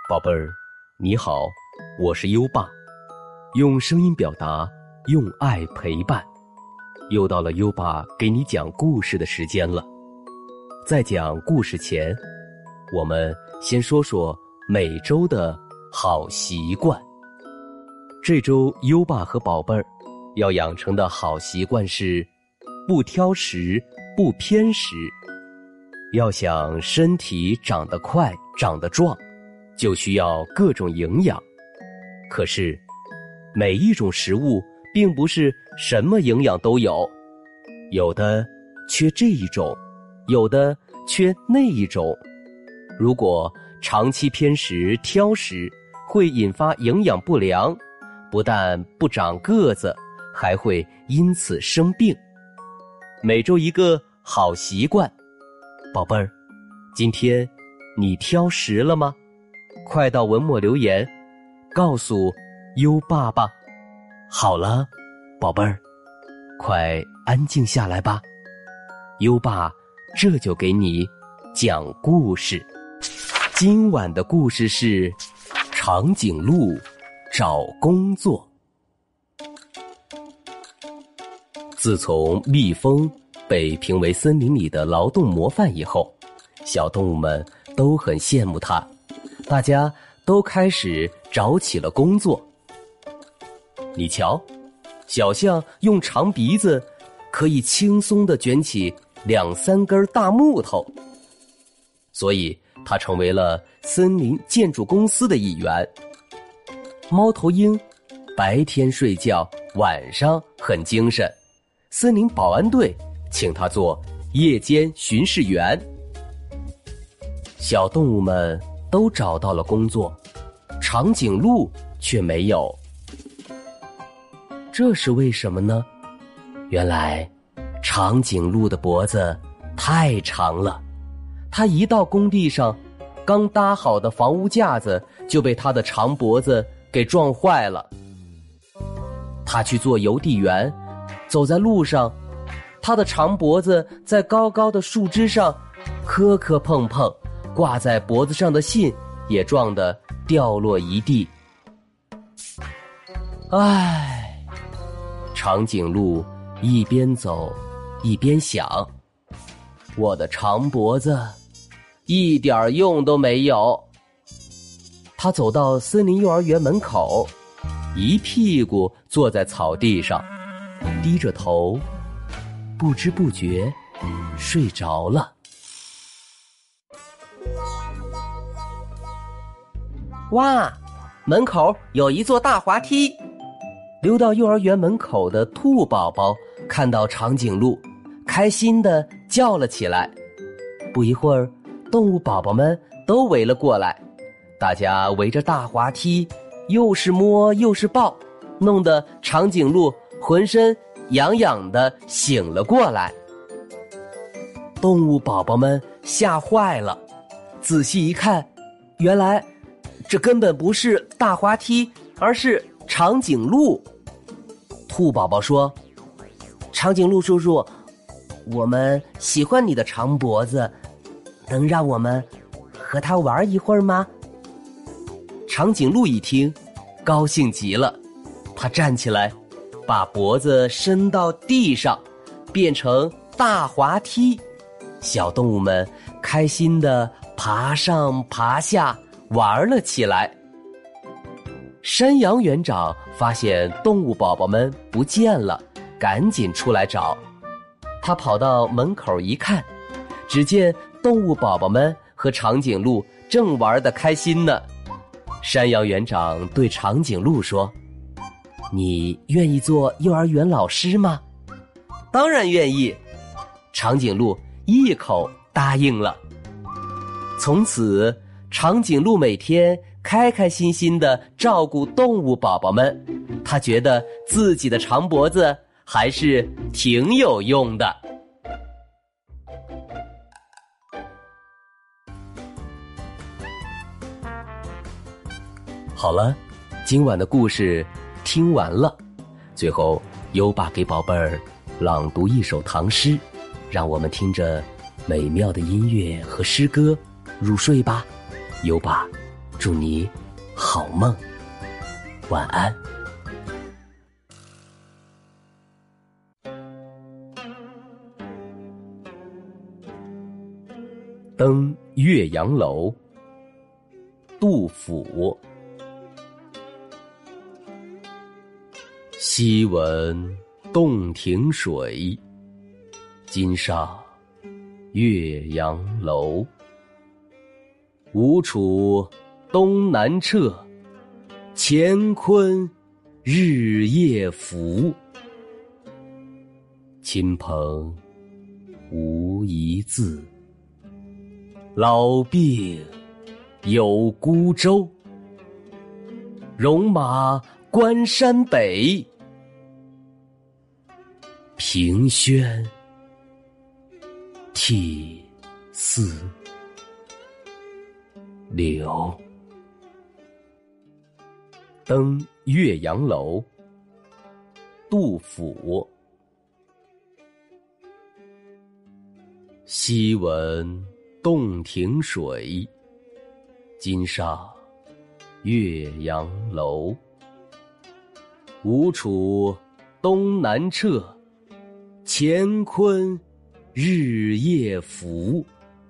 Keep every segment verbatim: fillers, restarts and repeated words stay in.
宝贝儿，你好，我是优爸，用声音表达，用爱陪伴。又到了优爸给你讲故事的时间了。在讲故事前，我们先说说每周的好习惯。这周优爸和宝贝儿要养成的好习惯是不挑食，不偏食。要想身体长得快，长得壮，就需要各种营养。可是每一种食物并不是什么营养都有，有的缺这一种，有的缺那一种。如果长期偏食挑食，会引发营养不良，不但不长个子，还会因此生病。每周一个好习惯。宝贝儿，今天你挑食了吗？快到文末留言，告诉优爸爸。好了，宝贝儿，快安静下来吧。优爸这就给你讲故事。今晚的故事是长颈鹿找工作。自从蜜蜂被评为森林里的劳动模范以后，小动物们都很羡慕它，大家都开始找起了工作。你瞧，小象用长鼻子可以轻松地卷起两三根大木头，所以它成为了森林建筑公司的一员。猫头鹰白天睡觉，晚上很精神，森林保安队请他做夜间巡视员。小动物们都找到了工作，长颈鹿却没有。这是为什么呢？原来长颈鹿的脖子太长了，它一到工地上，刚搭好的房屋架子就被它的长脖子给撞坏了。它去做邮递员，走在路上，它的长脖子在高高的树枝上磕磕碰碰，挂在脖子上的信也撞得掉落一地。唉，长颈鹿一边走一边想，我的长脖子一点用都没有。他走到森林幼儿园门口，一屁股坐在草地上，低着头，不知不觉睡着了。哇，门口有一座大滑梯。溜到幼儿园门口的兔宝宝看到长颈鹿，开心地叫了起来。不一会儿，动物宝宝们都围了过来，大家围着大滑梯，又是摸又是抱，弄得长颈鹿浑身痒痒地醒了过来。动物宝宝们吓坏了，仔细一看，原来这根本不是大滑梯，而是长颈鹿。兔宝宝说，长颈鹿叔叔，我们喜欢你的长脖子，能让我们和它玩一会儿吗？长颈鹿一听，高兴极了，它站起来，把脖子伸到地上，变成大滑梯。小动物们开心地爬上爬下，玩了起来。山羊园长发现动物宝宝们不见了，赶紧出来找。他跑到门口一看，只见动物宝宝们和长颈鹿正玩得开心呢。山羊园长对长颈鹿说，你愿意做幼儿园老师吗？当然愿意。长颈鹿一口答应了。从此，长颈鹿每天开开心心地照顾动物宝宝们，他觉得自己的长脖子还是挺有用的。好了，今晚的故事听完了，最后优爸给宝贝儿朗读一首唐诗，让我们听着美妙的音乐和诗歌入睡吧。优爸祝你好梦，晚安。登岳阳楼，杜甫。昔闻洞庭水，今上岳阳楼。吴楚东南坼，乾坤日夜浮。亲朋无一字，老病有孤舟。戎马关山北，凭轩涕泗流。登岳阳楼，杜甫。昔闻洞庭水，今上岳阳楼。吴楚东南坼，乾坤日夜浮。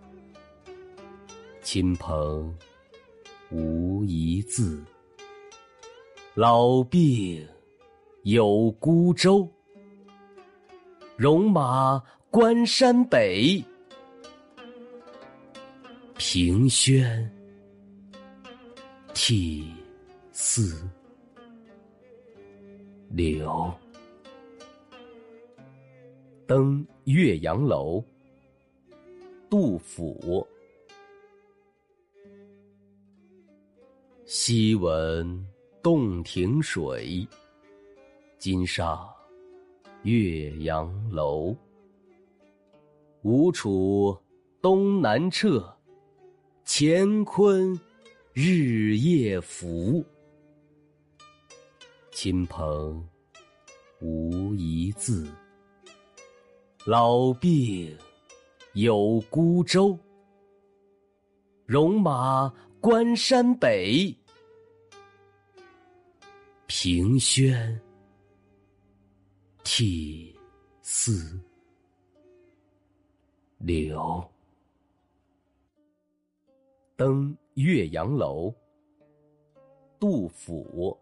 亲朋无一字，老病有孤舟。戎马关山北，凭轩涕泗流。登岳阳楼，杜甫。昔闻洞庭水，今上岳阳楼。吴楚东南坼，乾坤日夜浮。亲朋无一字，老病有孤舟。戎马关山北，凭轩涕泗流。登岳阳楼，杜甫。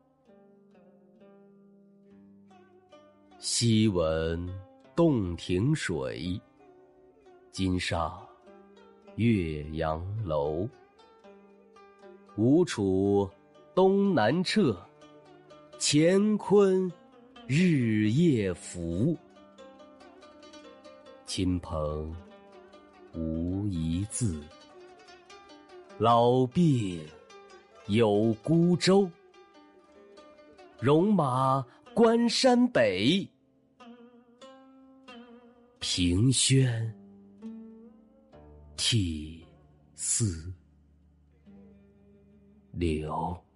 昔闻洞庭水，今上岳阳楼。吴楚东南坼，乾坤日夜浮。亲朋无一字，老病有孤舟。戎马关山北，凭轩涕泗流。